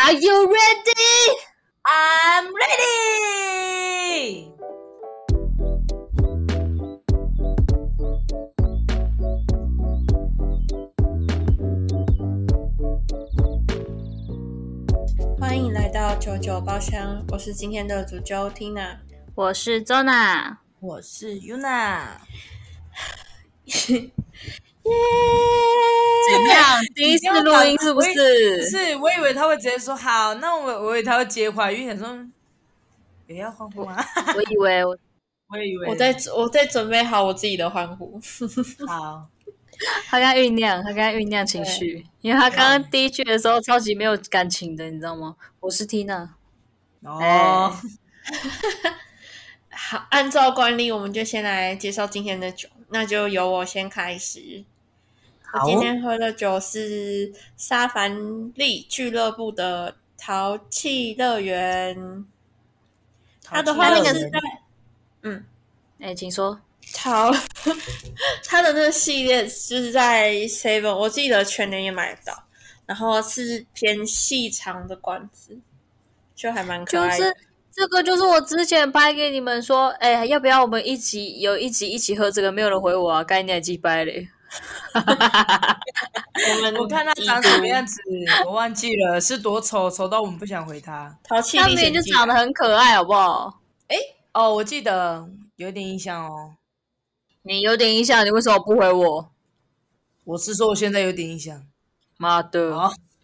Are you ready? I'm ready. 欢迎来到99包厢，我是今天的主揪 Tina， 我是 Zona， 我是 Yuna。 怎样？第一次录音是不是？ 不是，我以为他会直接说好，那我以为他会接话，因为想说也要欢呼吗？ 我以为我也以为我在准备好我自己的欢呼。 好， 他刚酝酿情绪，因为他刚刚第一句的时候超级没有感情的，你知道吗？我是 Tina。 哦， 好，按照惯例，我们就先来介绍今天的酒，那就由我先开始。我今天喝的酒是沙凡利俱乐部的淘气乐园，它的话是在请说。 它的那个系列就是在 Seven， 我记得全年也买得到，然后是偏细长的罐子，就还蛮可爱的。 就是这个，就是我之前拍给你们说，要不要我们有一集一起喝这个？没有人回我啊，该你还记掰嘞。 我看他长什么样子，我忘记了，是多丑，丑到我们不想回他。 淘气他明明就长得很可爱，好不好？ 哦，我记得有点印象哦。 你有点印象，你为什么不回我？ 我是说我现在有点印象。 妈的！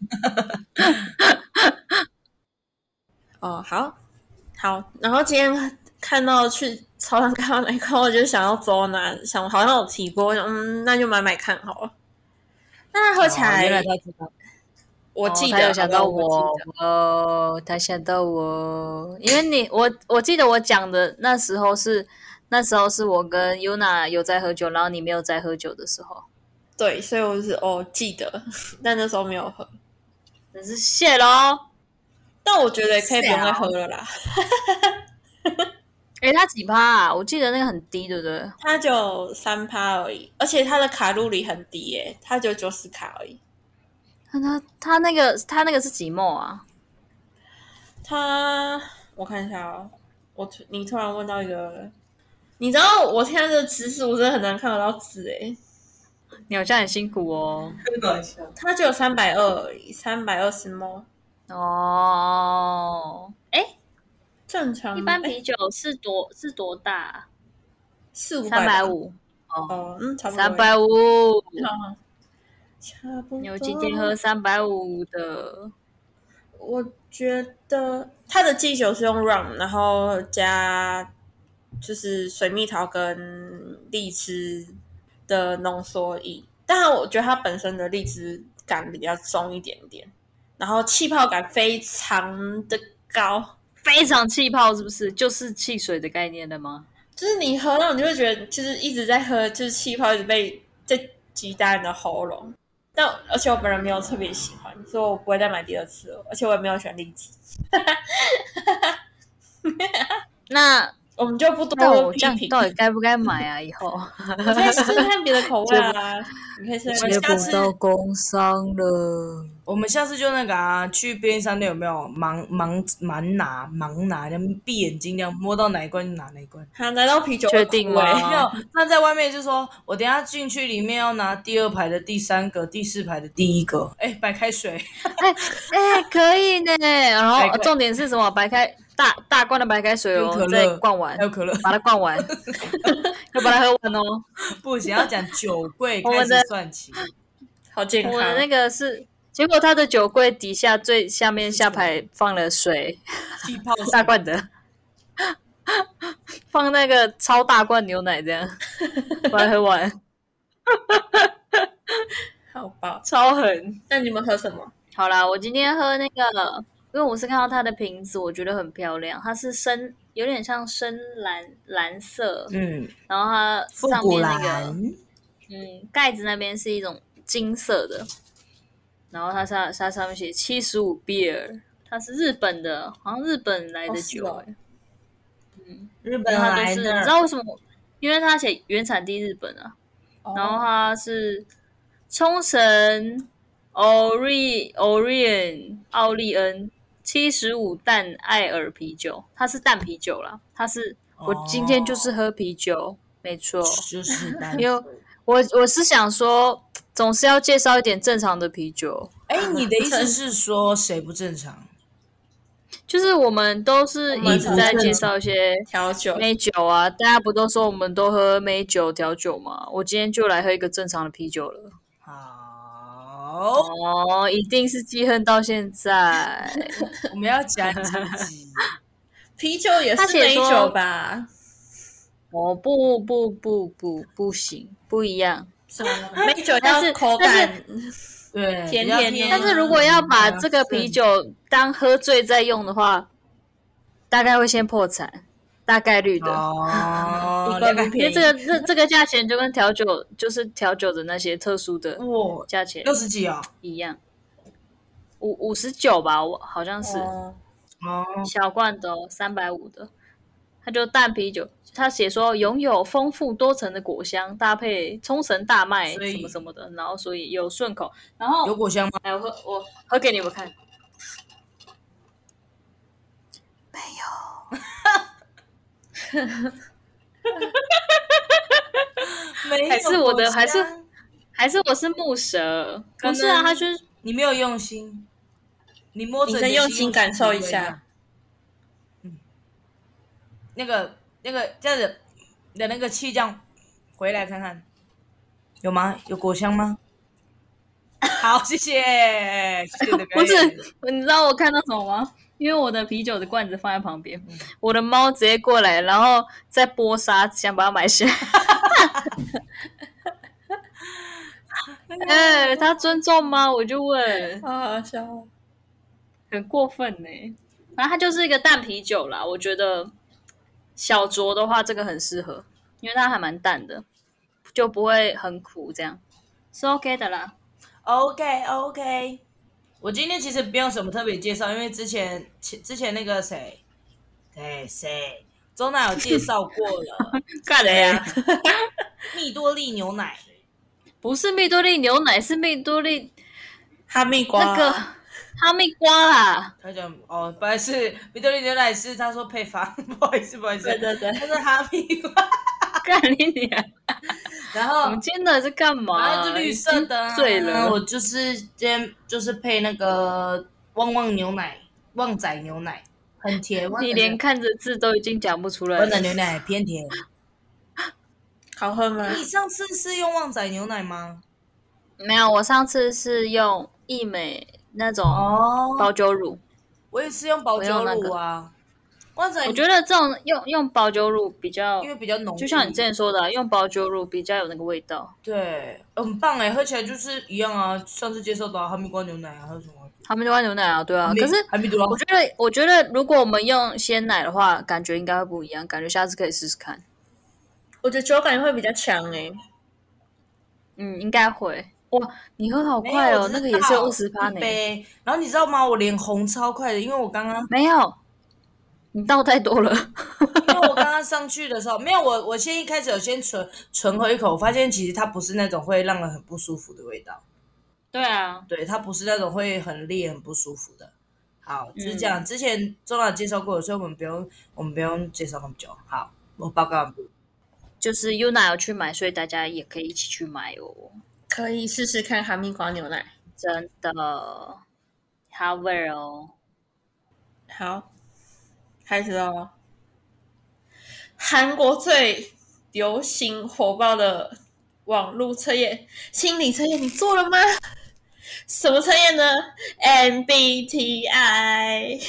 哦，好，然后今天看到去超商看到那一款，我就想要走哪，想好像有提过，那就买看好了。那喝起来， 原来他知道， 我记得， 他有想到我，他想到我，因为我记得我讲的那时候是我跟 Yuna 有在喝酒，然后你没有在喝酒的时候。 对，所以我是记得，但那时候没有喝， 真是谢咯。 但我觉得也可以不用再喝了啦。 它几趴啊？我记得那个很低，对不对？ 它就3%而已，而且它的卡路里很低耶，它就90卡而已。 它那个是几沫啊？ 我看一下哦，你突然问到一个，你知道我现在这个姿势，我真的很难看得到字诶。 你好像很辛苦哦。 它就有320而已，320 ml。 哦， 正常一般啤酒是多大啊 ？400-500。差不多。 350。 差不多。 我今天喝350的。 我觉得它的基酒是用 rum， 然后加就是水蜜桃跟荔枝的浓缩液，但我觉得它本身的荔枝感比较重一点点，然后气泡感非常的高。 非常气泡是不是？就是汽水的概念的吗？ 就是你喝到，你就会觉得就是一直在喝，就是气泡一直被在击打你的喉咙。但而且我本人没有特别喜欢，所以我不会再买第二次了。而且我也没有喜欢荔枝。 那我们就不多批评， 到底该不该买啊？以后你可以试试看别的口味啊。你可以试试看。 接不到工商了。 我们下次就那个去便利商店有没有盲拿，闭眼睛这样摸到哪一罐就拿哪一罐。 拿到啤酒确定吗？ 没有，他在外面就说，我等一下进去里面要拿第2排的第3个、第4排的第1个。白开水。 可以呢。然后重点是什么？白开大罐的白开水哦，再灌完， 还有可乐， 把它灌完，要把它喝完哦。 不行，要讲酒柜开始算起。 好健康。 我的那个是，结果他的酒柜底下最下面下排放了水， 气泡大罐的，放那个超大罐牛奶这样，把它喝完。 好饱， 超狠。 那你们喝什么？ 好啦，我今天喝那个，因为我是看到它的瓶子，我觉得很漂亮，它是有点像深蓝色，然后它上面那个，盖子那边是一种金色的，然后它上面写75 beer， 它是日本的，好像日本来的酒， 日本来的， 你知道为什么？因为它写原产地日本啊，然后它是冲绳 Orion 奥利恩75淡艾尔啤酒，它是淡啤酒啦，我今天就是喝啤酒，没错， 就是淡。 因为我是想说，总是要介绍一点正常的啤酒。 你的意思是说谁不正常？ 就是我们都是一直在介绍一些调酒、 美酒啊，大家不都说我们都喝美酒调酒吗？我今天就来喝一个正常的啤酒了。 好， 一定是记恨到现在。 我们要讲几集？ 啤酒也是美酒吧？ 不行，不一样。 美酒要口感对甜甜的， 但是如果要把这个啤酒当喝醉再用的话，大概会先破产，大概率的。因为这个价钱就跟调酒就是调酒的那些特殊的价钱 60几一样，59吧，我好像是小罐的350的，它就淡啤酒。他写说拥有丰富多层的果香，搭配冲绳大麦什么什么的，然后所以有顺口。然后有果香吗？ 我喝给你们看，没有， 没有， 还是我是木蛇？不是啊，他就是你没有用心，你摸着你用心感受一下， 那个这样子的那个气这样回来看看有吗？有果香吗？好，谢谢。 不是，你知道我看到什么吗？因为我的啤酒的罐子放在旁边，我的猫直接过来，然后在剥沙，想把它买下来。他尊重吗？我就问。 好笑， 很过分呢。反正它就是一个淡啤酒啦，我觉得小酌的话，这个很适合，因为它还蛮淡的，就不会很苦，这样是 OK 的啦。 OK， 我今天其实不用什么特别介绍，因为之前那个谁周娜有介绍过了。 干的呀？ 蜜多利牛奶不是蜜多利牛奶，是蜜多利哈密瓜那个哈密瓜啦。 他讲不好意思，蜜多利牛奶是他说配方，不好意思， 对， 他是哈密瓜。 干你娘！ 然后我们今天到底是干嘛？ 然后就绿色的醉了。 我就是今天就是配那个旺仔牛奶，很甜。 你连看着字都已经讲不出来了。 旺仔牛奶偏甜， 好喝吗？ 你上次是用旺仔牛奶吗？ 没有，我上次是用益美那种保酒乳。 我也是用保酒乳啊。 我觉得这种用保酒乳比较， 因为比较浓， 就像你之前说的，用保酒乳比较有那个味道。 对，很棒哎，喝起来就是一样啊。上次介绍到哈密瓜牛奶啊，还有什么？ 哈密瓜牛奶啊，对啊。可是我觉得如果我们用鲜奶的话，感觉应该会不一样。感觉下次可以试试看。 我觉得酒感会比较强哎。 应该会。哇，你喝好快哦，那个也是有20%呢。 然后你知道吗？我脸红超快的，因为我刚刚没有。你倒太多了， 因为我刚刚上去的时候没有我先一开始有先纯喝一口，我发现其实它不是那种会让人很不舒服的味道。 对啊， 对，它不是那种会很烈很不舒服的。好，就是这样。之前周老介绍过，所以我们不用介绍那么久。好，我报告完毕。 就是 Yuna 有去买，所以大家也可以一起去买哦。 可以试试看哈密瓜牛奶， 真的好味哦。 好。开始哦！韩国最流行火爆的网络测验心理测验，你做了吗？什么测验呢 ？MBTI。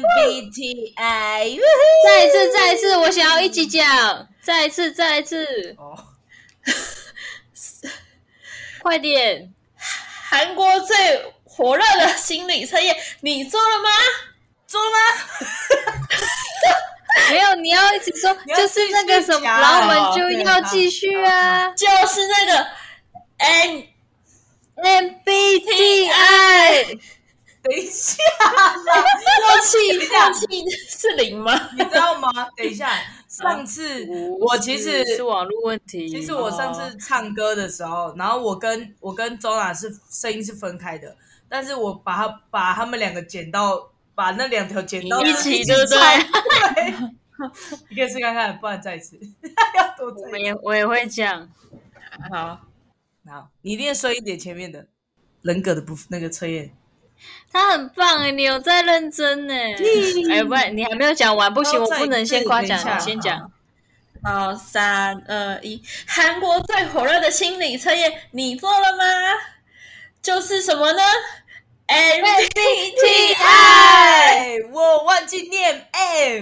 再一次，我想要一起讲。再一次。快点！ 韩国最火热的心理测验，你做了吗？ 做了吗？ 没有，你要一直说，就是那个什么，然后我们就要继续啊， 就是那个 MBTI。 等一下， 默契是0吗？ 你知道吗？等一下， 上次我其实是网络问题。 其实我上次唱歌的时候，然后我跟周娜是声音是分开的，但是我把他们两个剪到，把那2条剪到一起，对不对？ 对，你可以试看看，不然再一次。要多我也会这样。 好， 你一定要说一点前面的人格的部分那个测验。 他很棒哎，你有在认真哎。不然你还没有讲完，不行，我不能先夸奖，你先讲。 好，3、2、1，韩国最火热的心理测验，你做了吗？就是什么呢 ？MBTI， 我忘记念 M，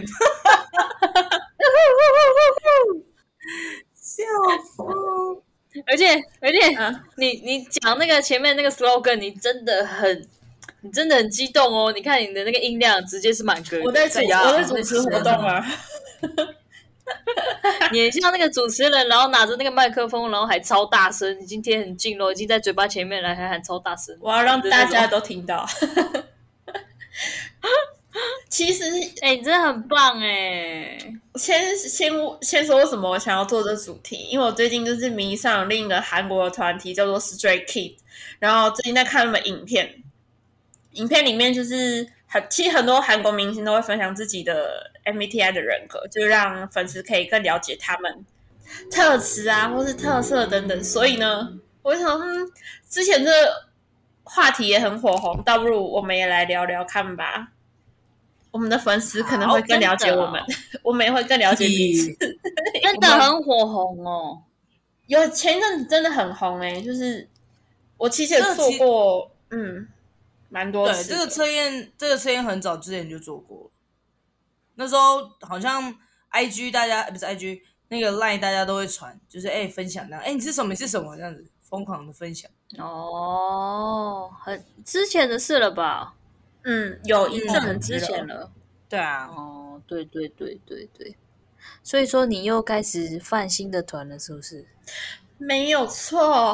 笑疯。 而且，你讲那个前面那个 slogan，你真的很激动哦！你看你的那个音量直接是满格。 我在主持活动啊。 你很像那个主持人，然后拿着那个麦克风，然后还超大声。你今天很近咯，已经在嘴巴前面了，还喊超大声。 我要让大家都听到。其实， 你真的很棒哎！ 先说为什么我想要做这主题，因为我最近就是迷上另一个韩国的团体叫做 Stray Kids， 然后最近在看他们影片里面就是其实很多韩国明星都会分享自己的 MBTI 的人格，就让粉丝可以更了解他们特质啊，或是特色等等。所以呢，我想，之前这个话题也很火红，倒不如我们也来聊聊看吧。我们的粉丝可能会更了解我们，我们也会更了解彼此。 真的很火红哦！ 有前阵子真的很红就是我其实也做过，蛮多次。 对，这个测验很早之前就做过，那时候好像 IG 大家不是 IG 那个 LINE 大家都会传，就是分享那样，你是什么这样子疯狂的分享。 哦，很之前的事了吧？ 有一阵很之前了。 对啊。 哦，对。所以说你又开始泛新的团了，是不是？ 没有错。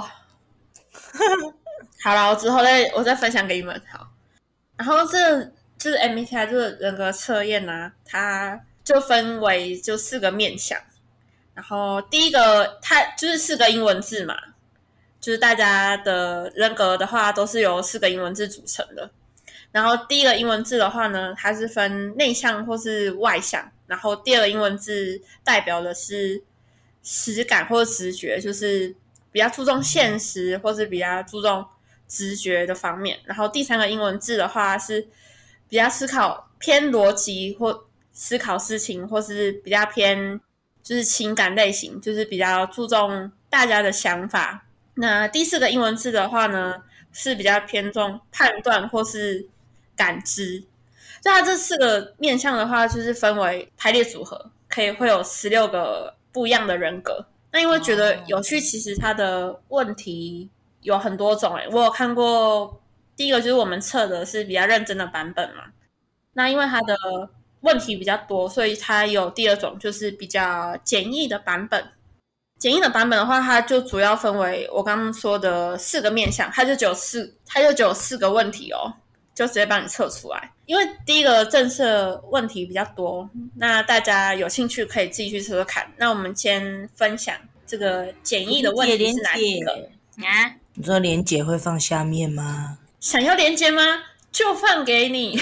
好了，我之后我再分享给你们。好，然后这就是 MBTI 这个人格测验啊，它就分为就4个面向。然后第一个它就是4个英文字嘛，就是大家的人格的话都是由4个英文字组成的。然后第一个英文字的话呢，它是分内向或是外向，然后第2个英文字代表的是实感或直觉，就是比较注重现实或是比较注重直觉的方面。然后第3个英文字的话是比较思考偏逻辑或思考事情，或是比较偏就是情感类型，就是比较注重大家的想法。那第4个英文字的话呢，是比较偏重判断或是感知。就它这4个面向的话，就是分为排列组合，会有16个不一样的人格。那因为觉得有趣，其实它的问题有很多种我有看过，第一个就是我们测的是比较认真的版本嘛。那因为它的问题比较多，所以它有第2种就是比较简易的版本。简易的版本的话，它就主要分为我刚刚说的4个面向，它就只有4个问题就直接帮你测出来。因为第一个正式问题比较多，那大家有兴趣可以自己去测测看。那我们先分享这个简易的问题是哪一个啊？ 你说连结会放下面吗？ 想要连结吗？就放给你。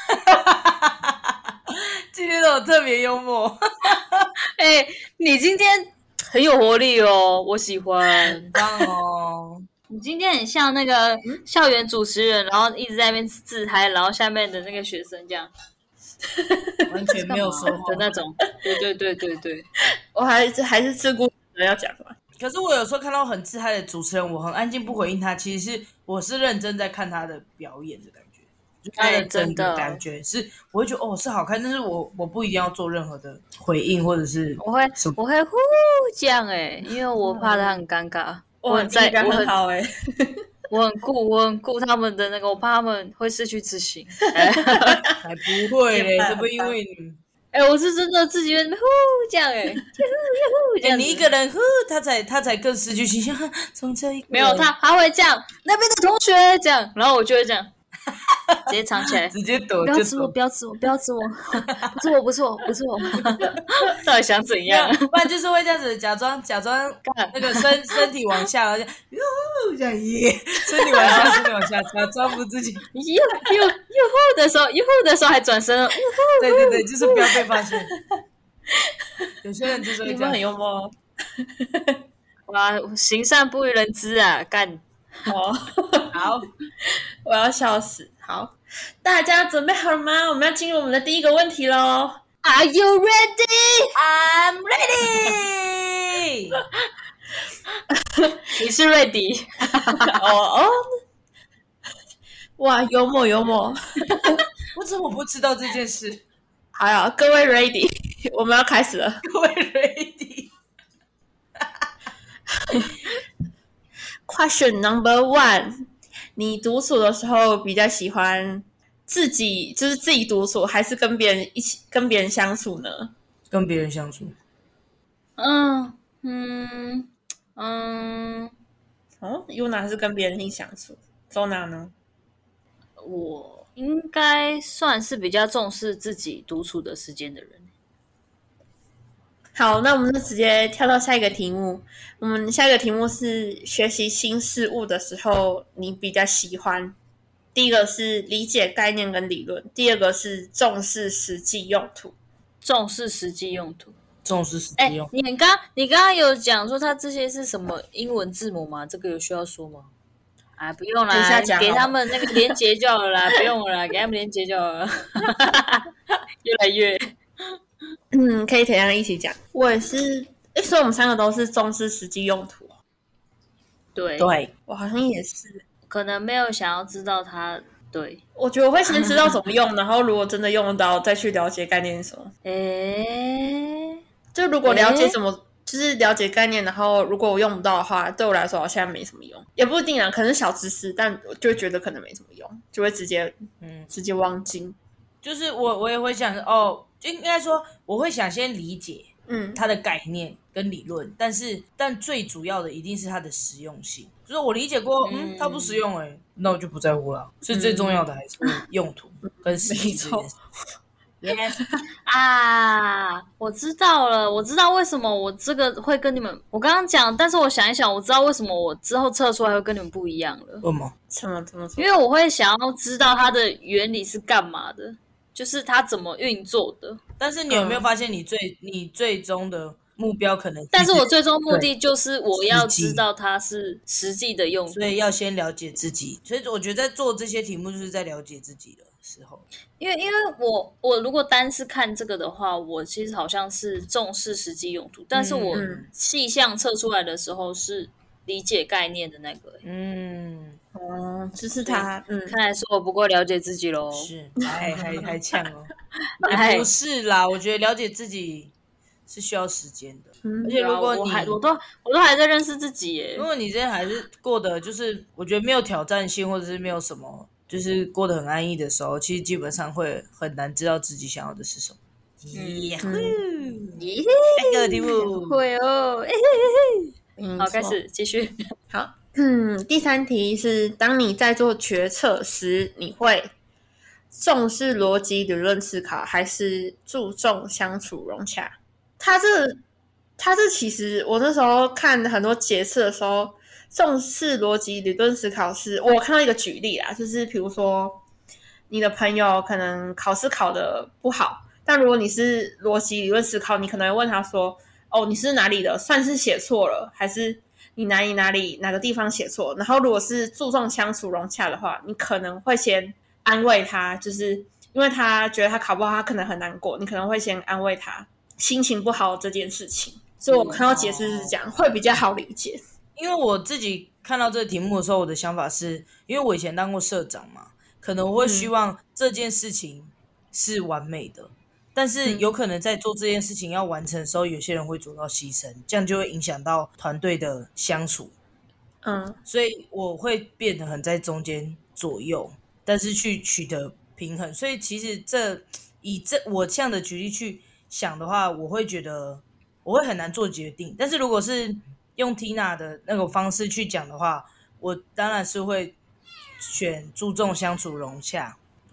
今天都特别幽默。 你今天很有活力哦，我喜欢， 很棒哦。 你今天很像那个校园主持人，然后一直在那边自嗨，然后下面的那个学生这样， 完全没有说话的那种。对， 我还是自顾的要讲嘛。 可是我有时候看到很自嗨的主持人，我很安静不回应他，其实我是认真在看他的表演的感觉，就他的整个感觉是，我会觉得是好看，但是我不一定要做任何的回应或者是我会呼这样因为我怕他很尴尬。 我很好我很顾他们的那个，我怕他们会失去自信。 才不会嘞，这不因为你。 我是真的自己呼这样这样你一个人呼，他才更失去形象。从这一个没有他会这样，那边的同学这样，然后我就会这样。 直接藏起来， 直接躲， 不要吃我，不要吃我，不要吃我，不是我，到底想怎样？ 不然就是会这样子假装那个身体往下，然后这样耶，身体往下，假装不自己。 呦呼的时候还转身了。 对，就是不要被发现。有些人就是会这样， 很幽默。 哇，行善不为人知啊，干！ 哦， 好， 我要笑死。好，大家准备好了吗？我们要进入我们的第一个问题喽。 Are you ready? I'm ready. 你是 ready？ 哦，哇，幽默。 我怎么不知道这件事？ 好呀，各位 ready， 我们要开始了。 各位 ready。 Question number 1， 你独处的时候比较喜欢自己独处，还是跟别人相处呢？ 跟别人相处。 Yuna 是跟别人相处 ，Zona 呢？ 我应该算是比较重视自己独处的时间的人。 好，那我们就直接跳到下一个题目。我们下一个题目是学习新事物的时候，你比较喜欢第一个是理解概念跟理论，第二个是重视实际用途。 重视实际用途。你刚刚有讲说它这些是什么英文字母吗？这个有需要说吗？啊，不用啦，给他们那个连结就好了啦，不用了啦，给他们连结就好了。越来越， 可以怎样一起讲？我也是，所以我们3个都是重视实际用途。 对， 我好像也是， 可能没有想要知道它。对， 我觉得我会先知道怎么用，然后如果真的用得到，再去了解概念是什么。就如果了解什么，就是了解概念，然后如果我用不到的话，对我来说好像没什么用，也不一定啊，可能是小知识，但我就会觉得可能没什么用，就会直接忘记。 就是我也会想就应该说我会想先理解它的概念跟理论，但最主要的一定是它的实用性。就是我理解过，它不实用那我就不在乎了。所以最重要的还是用途跟实际这件事。Yes 啊，我知道了，我知道为什么我这个会跟你们，我刚刚讲，但是我想一想，我知道为什么我之后测出来会跟你们不一样了。 为什么？ 因为我会想要知道它的原理是干嘛的，就是它怎么运作的。 但是你有没有发现你最终的目标可能？ 但是我最终目的就是我要知道它是实际的用途， 所以要先了解自己。所以我觉得在做这些题目就是在了解自己的时候。 因为我如果单是看这个的话，我其实好像是重视实际用途，但是我细项测出来的时候是理解概念的那个。 就是他。 看来是我不够了解自己咯。 是，还呛哦。不是啦，我觉得了解自己是需要时间的。而且如果我都还在认识自己耶。 如果你今天还是过得就是我觉得没有挑战性，或者是没有什么就是过得很安逸的时候，其实基本上会很难知道自己想要的是什么。下个题目会哦。好，开始继续。 好，第3题是当你在做决策时，你会重视逻辑理论思考，还是注重相处融洽？他这其实我那时候看很多解释的时候，重视逻辑理论思考是我看到一个举例啦，就是比如说你的朋友可能考试考得不好，但如果你是逻辑理论思考，你可能会问他说，你是哪里的算是写错了，还是你哪个地方写错？然后如果是注重相处融洽的话，你可能会先安慰他，就是因为他觉得他考不好，他可能很难过，你可能会先安慰他心情不好这件事情。所以我看到解释是这样，会比较好理解。 因为我自己看到这个题目的时候，我的想法是，因为我以前当过社长嘛，可能我会希望这件事情是完美的，但是有可能在做这件事情要完成的时候，有些人会做到牺牲，这样就会影响到团队的相处。所以我会变得很在中间左右，但是去取得平衡。所以其实以我这样的举例去想的话，我会觉得我会很难做决定。但是如果是用 Tina 的那个方式去讲的话，我当然是会选注重相处融洽，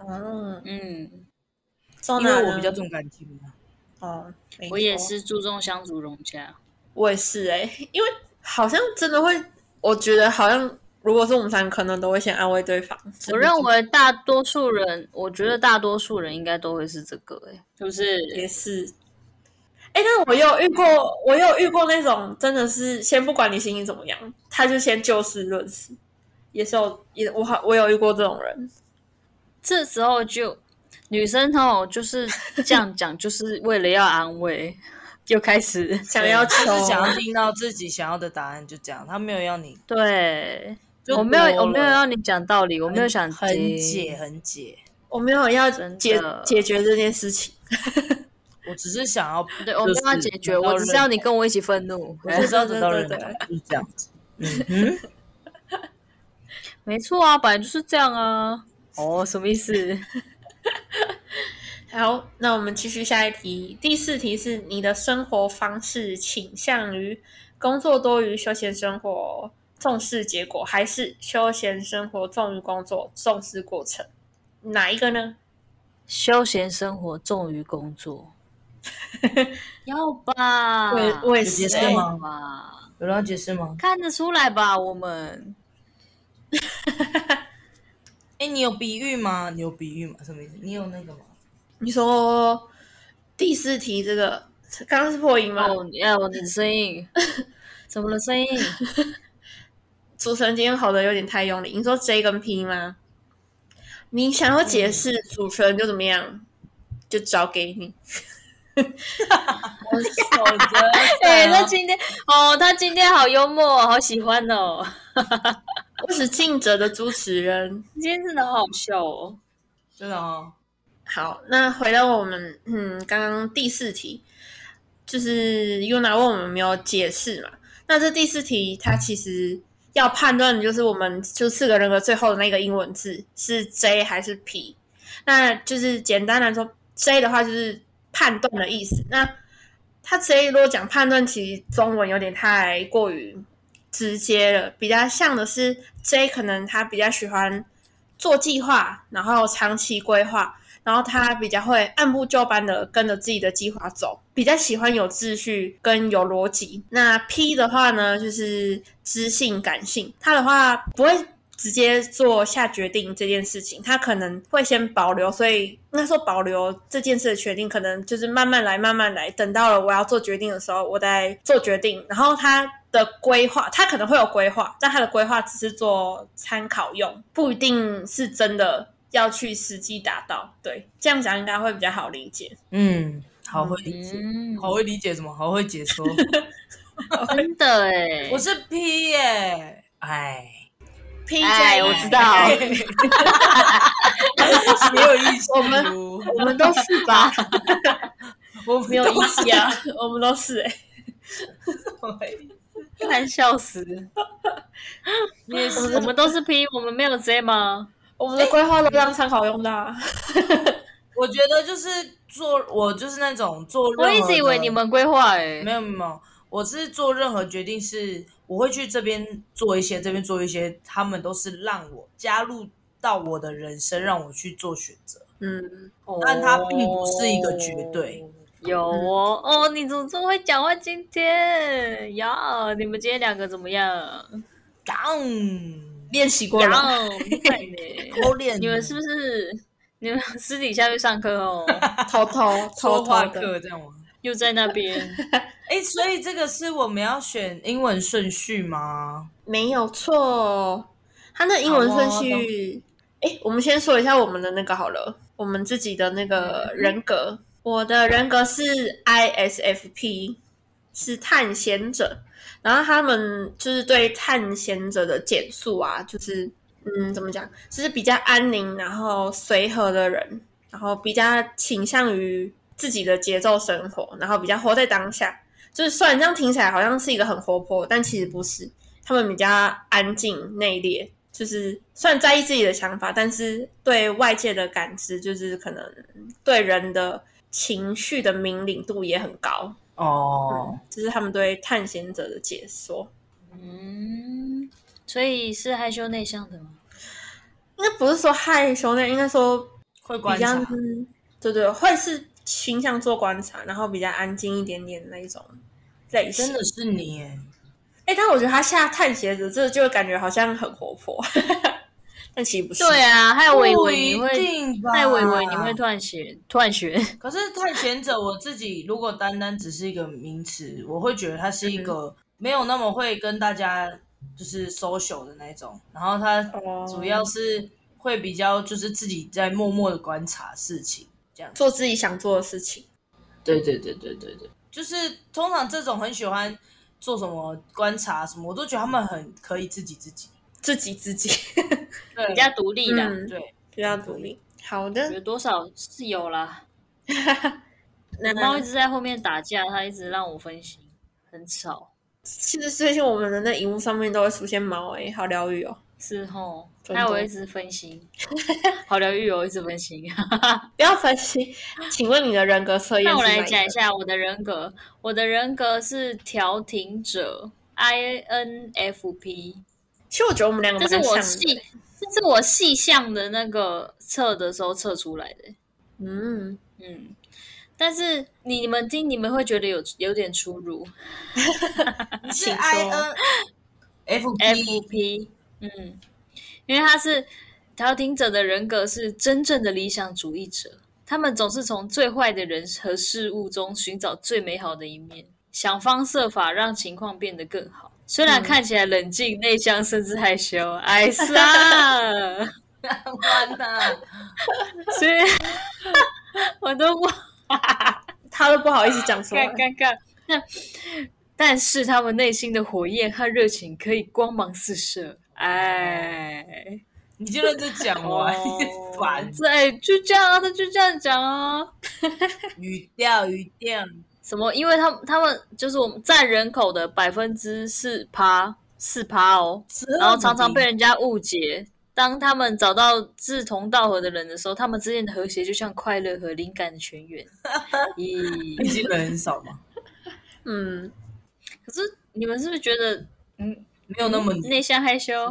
因为我比较重感情嘛。 我也是注重相处融洽。 我也是因为好像真的会，我觉得好像如果是我们三个，可能都会先安慰对方。 我认为大多数人，我觉得大多数人应该都会是这个，是不是？ 也是。但我有遇过那种真的是先不管你心情怎么样，他就先就事论事，我有遇过这种人。 这时候就女生就是这样讲，就是为了要安慰，就开始想要就是想要听到自己想要的答案，就这样。他没有要你对，我没有要你讲道理，我没有想很解， 我没有要解决这件事情。 我只是想要， 对，我没有要解决，我只是要你跟我一起愤怒， 我只是要得到认同，就是这样子。 没错啊，本来就是这样啊。什么意思？ 好，那我们继续下一题。第4题是你的生活方式倾向于工作多于休闲生活，重视结果，还是休闲生活重于工作，重视过程？哪一个呢？ 休闲生活重于工作。要吧？ 我也是。 解释吗？有人要解释吗？ 看得出来吧，我们。 你有比喻吗？什么意思？你有那个吗？ 你说第4题这个刚刚是破音吗？ 我的声音怎么了？声音？ 主持人今天吼的有点太用力。你说 J 跟 P 吗？你想要解释，主持人就怎么样，就交给你。 我守着。 他今天好幽默，好喜欢哦。 我是尽责的主持人。 今天真的好好笑哦， 真的哦。 好，那回到我们刚刚第4题，就是 Yuna 问我们没有解释嘛？那这第4题它其实要判断的就是我们就4个人格最后的那个英文字是 J 还是 P。那就是简单来说 ，J 的话就是判断的意思。那他 J 如果讲判断，其实中文有点太过于直接了，比较像的是 J 可能他比较喜欢做计划，然后长期规划，然后他比较会按部就班的跟着自己的计划走，比较喜欢有秩序跟有逻辑。那 P 的话呢，就是知性感性，他的话不会直接做下决定这件事情，他可能会先保留，所以应该说保留这件事的决定，可能就是慢慢来，等到了我要做决定的时候，我再做决定。然后他的规划，他可能会有规划，但他的规划只是做参考用，不一定是真的要去实际达到。对，这样讲应该会比较好理解。 好会理解，好会理解什么？好会解说。 真的耶， 我是 P 耶 ，PJ 我知道。 没有意思， 我们都是吧？ 我没有意思啊，我们都是看笑死！我们都是 P， 我们没有 J 吗？ 我们的规划都当参考用的我觉得就是我就是那种做任何的， 我一直以为你们规划没有，我是做任何决定是我会去这边做一些，这边做一些，他们都是让我加入到我的人生，让我去做选择。但它并不是一个绝对。 有你怎么这么会讲话？今天呀，你们今天2个怎么样？ 练习过了， 偷练。 你们是不是？你们私底下去上课哦？ 偷偷课这样吗？ 又在那边。 所以这个是我们要选英文顺序吗？ 没有错，他那英文顺序，我们先说一下我们的那个好了，我们自己的那个人格。我的人格是 ISFP， 是探险者，然后他们就是对探险者的简述啊，就是怎么讲，就是比较安宁，然后随和的人，然后比较倾向于自己的节奏生活，然后比较活在当下。就是虽然这样听起来好像是一个很活泼，但其实不是，他们比较安静内敛，就是虽然在意自己的想法，但是对外界的感知，就是可能对人的情绪的敏感度也很高这是他们对探险者的解说。 所以是害羞内向的吗？ 应该不是说害羞内，应该说会观察， 对，会是倾向做观察，然后比较安静一点点的那一种类型。 真的是你耶！ 但我觉得他下探鞋子，这就感觉好像很活泼，但其实不是。 对啊，还有伟伟你会， 还有伟伟你会突然学。 可是探险者，我自己如果单单只是一个名词，我会觉得他是一个没有那么会跟大家就是 social 的那种，然后他主要是会比较就是自己在默默的观察事情，这样做自己想做的事情。 对，就是通常这种很喜欢做什么观察什么，我都觉得他们很可以自己， 对，比较独立的， 对， 比较独立。好的， 我觉得多少是有啦。我猫一直在后面打架，它一直让我分心，很吵。 其实最近我们的那荧幕上面都会出现猫，好疗愈哦。 是齁，害我一直分心，好疗愈哦，一直分心。 不要分心。请问你的人格测验？ 那我来讲一下我的人格。我的人格是调停者 ，INFP。 其实我觉得我们两个蛮像的。 这是我细项的那个测的时候测出来的。但是你们听，你们会觉得有点出入。 是 INFP。因为他是调停者的人格是真正的理想主义者，他们总是从最坏的人和事物中寻找最美好的一面，想方设法让情况变得更好。虽然看起来冷静、内向，甚至害羞，哎呀， 完了， 所以我都不， 他都不好意思讲出来， 尴尬。但是他们内心的火焰和热情可以光芒四射。哎， 你就认真讲完，你烦。 对，就这样啊，他就这样讲啊。 语调什么？因为他们就是我们占人口的4%哦，然后常常被人家误解。当他们找到志同道合的人的时候，他们之间的和谐就像快乐和灵感的泉源。 已经人很少吗？ 可是你们是不是觉得没有那么内向害羞？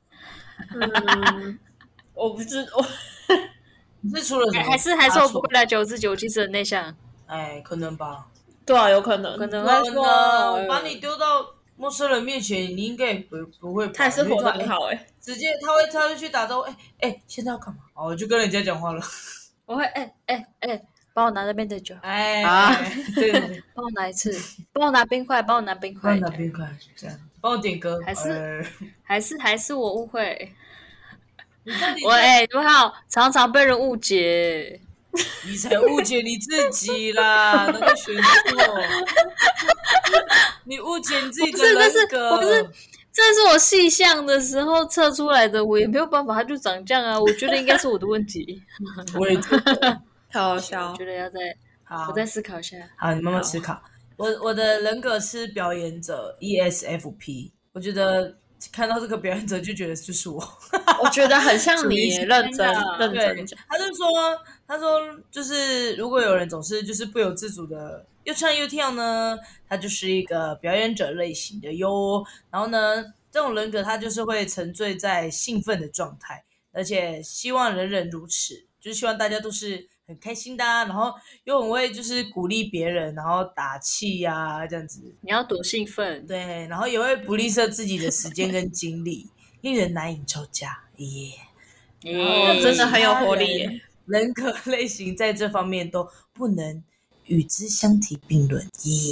我不知我你是出了什么？ 还是我不会来9自9，其实很内向。 可能吧。 对啊，有可能。 我把你丢到陌生人面前，你应该也不会。 他也是活得很好直接他会去打招呼，现在要干嘛？我就跟人家讲话了。 我会帮我拿那边的酒。 对， 帮我拿一次，帮我拿冰块，这样，帮我点歌。 还是我误会。你们好，常常被人误解。 你才误解你自己啦，那个选错。你误解你自己的人格。 不是，这是我细项的时候测出来的，我也没有办法，它就长这样啊。我觉得应该是我的问题。 我也觉得好笑。 我觉得我再思考一下。 好，你慢慢思考。我的人格是表演者 ESFP， 我觉得看到这个表演者就觉得就是我。 我觉得很像你，认真讲。 他说就是如果有人总是就是不由自主的又唱又跳呢，他就是一个表演者类型的哟。然后呢，这种人格他就是会沉醉在兴奋的状态，而且希望人人如此，就是希望大家都是很开心的然后又很会就是鼓励别人，然后打气这样子。 你要多兴奋。 对，然后也会不吝啬自己的时间跟精力，令人难以招架。 真的很有活力耶。 人格类型在这方面都不能与之相提并论。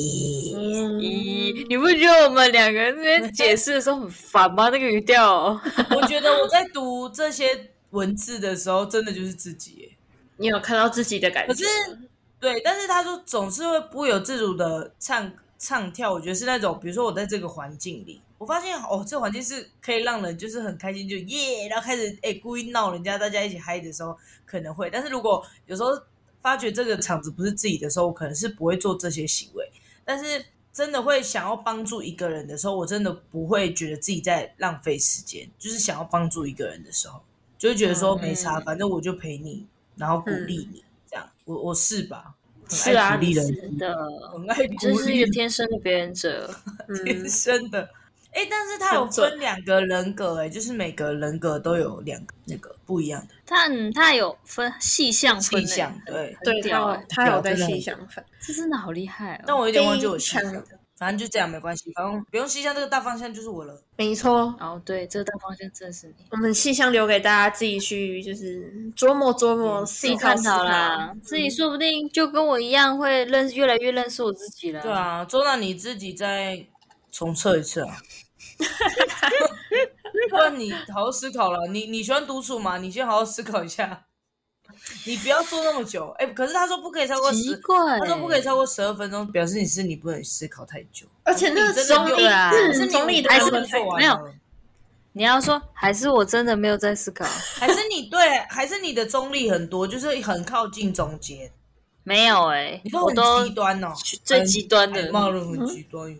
你不觉得我们两个人那边解释的时候很烦吗？那个语调。 我觉得我在读这些文字的时候，真的就是自己耶。 你有看到自己的感觉？ 可是对，但是他说总是会不由自主的唱跳。我觉得是那种，比如说我在这个环境里，我发现这个环境是可以让人就是很开心，就然后开始故意闹人家，大家一起嗨的时候可能会。但是如果有时候发觉这个场子不是自己的时候，我可能是不会做这些行为。但是真的会想要帮助一个人的时候，我真的不会觉得自己在浪费时间，就是想要帮助一个人的时候，就会觉得说没差，反正我就陪你，然后鼓励你，这样。我是吧？ 是啊， 是的， 很爱鼓励， 这是一个天生的表演者， 天生的。 但是它有分2个人格，就是每个人格都有2个那个不一样的。 它有分细项分， 对， 它有在细项分， 这真的好厉害哦！ 但我有点忘记我细项，反正就这样没关系，反正不用细项，这个大方向就是我了。 没错。 哦，对，这个大方向真是你。 我们细项留给大家自己去，就是琢磨琢磨， 自己探讨啦。自己说不定就跟我一样，会越来越认识我自己了。 对啊，周娜你自己再重测一次啊。不然你好好思考了。你喜欢独处吗？你先好好思考一下。你不要做那么久。可是他说不可以超过他说不可以超过12分钟，表示你不能思考太久。 而且那个中立还是做完没有。你要说还是我真的没有在思考， 还是你的中立很多，就是很靠近中间。 没有你都很极端哦， 最极端的， 骂人很极端。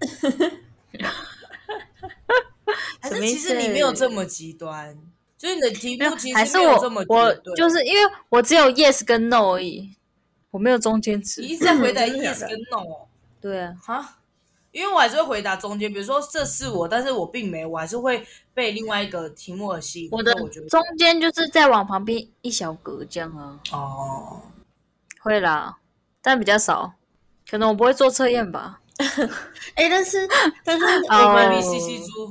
还是其实你没有这么极端，就是你的题目其实没有这么绝对。 我就是因为我只有 yes 跟 no 而已，我没有中间值。 你一直在回答 yes 跟 no 哦。 对啊。 哈，因为我还是会回答中间，比如说这是我，但是我并没有，我还是会被另外一个题目而吸引。 我的中间就是再往旁边一小格这样啊。 哦， 会啦，但比较少，可能我不会做测验吧。 但是我们BCC 猪。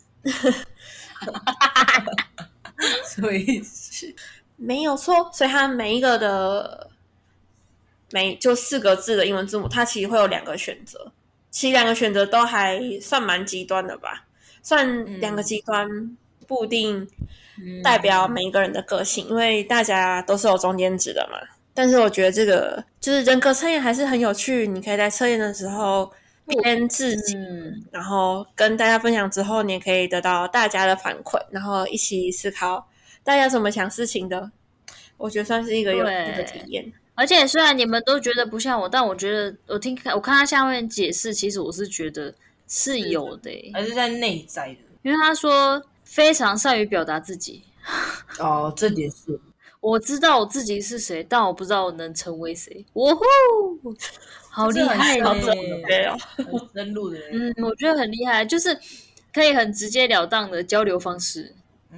所以没有错，所以它每一个的就4个字的英文字母，它其实会有2个选择，其实2个选择都还算蛮极端的吧，算2个极端不一定代表每一个人的个性，因为大家都是有中间值的嘛。但是我觉得这个就是人格测验还是很有趣，你可以在测验的时候编自己，然后跟大家分享之后，你也可以得到大家的反馈，然后一起思考大家怎么想事情的。我觉得算是一个有趣的体验。 而且虽然你们都觉得不像我，但我觉得我看他下面解释，其实我是觉得是有的， 还是在内在的。 因为他说非常善于表达自己。 哦，这点是。 我知道我自己是谁，但我不知道我能成为谁。哇呼，好厉害耶！ 很深入的人。 我觉得很厉害，就是可以很直截了当的交流方式。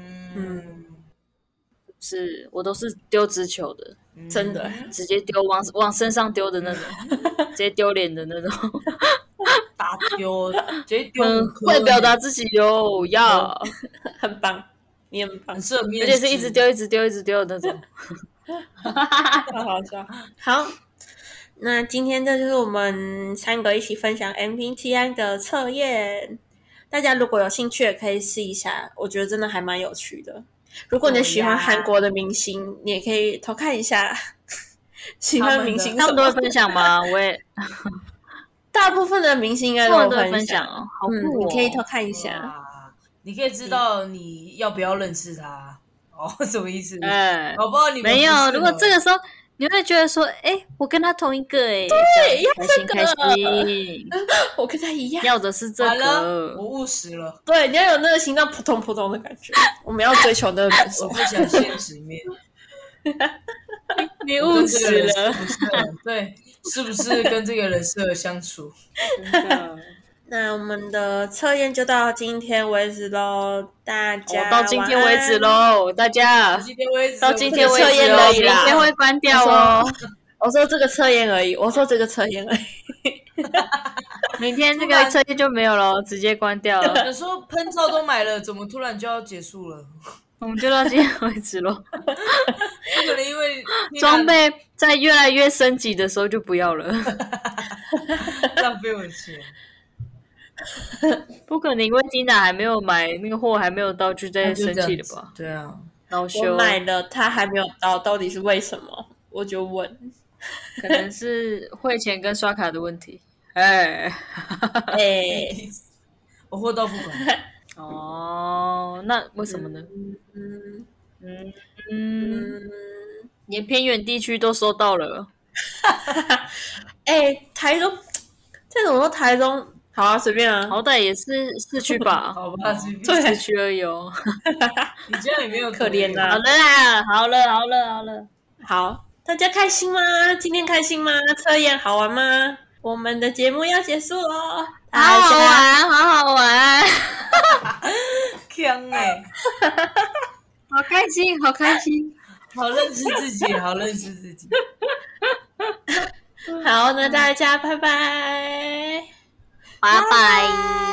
是我都是丢直球的， 真的直接丢往身上丢的那种，直接丢脸的那种。 打丢，直接丢。 会表达自己哟，要很棒。你很棒， 很适合面试，而且是一直丢、一直丢、一直丢的那种。 好好笑。好，那今天这就是我们3个一起分享 MBTI 的测验。大家如果有兴趣，也可以试一下，我觉得真的还蛮有趣的。如果你喜欢韩国的明星，你也可以偷看一下。喜欢明星， 他们都会分享吗？我也。 大部分的明星应该都会分享哦，好酷哦！ 你可以偷看一下。 你可以知道你要不要认识他什么意思？ 好不好？你没有。如果这个时候你会觉得说，我跟他同一个， 对， 要这个，开心， 我跟他一样， 要的是这个。 我务实了。 对，你要有那个心脏扑通扑通的感觉。我们要追求那个感受。 我不想现实面。 你务实了， 对，是不是跟这个人适合相处？ 真的。 那我们的测验就到今天为止咯，大家到今天为止咯，大家到今天为止咯， 明天会关掉哦。 我说这个测验而已， 明天这个测验就没有了，直接关掉了。 有时候喷罩都买了，怎么突然就要结束了？ 我们就到今天为止咯。 不可能因为装备在越来越升级的时候就不要了， 浪费我钱。 不可能，因为 Tina 还没有买那个货，还没有到就在生气了吧？ 对啊， 我买了，他还没有到底是为什么？我就问， 可能是汇钱跟刷卡的问题。 我货到付款。 哦，那为什么呢？连偏远地区都收到了。 台中，这种说台中。好啊，随便啊， 好歹也是市区吧， 好吧， 市区而已哦。 你这样也没有可怜啊。 好了， 好，大家开心吗？今天开心吗？测验好玩吗？ 我们的节目要结束了， 好好玩，好好玩， 强哎， 好开心，好开心， 好认识自己，好认识自己。 好，那大家拜拜， 拜拜。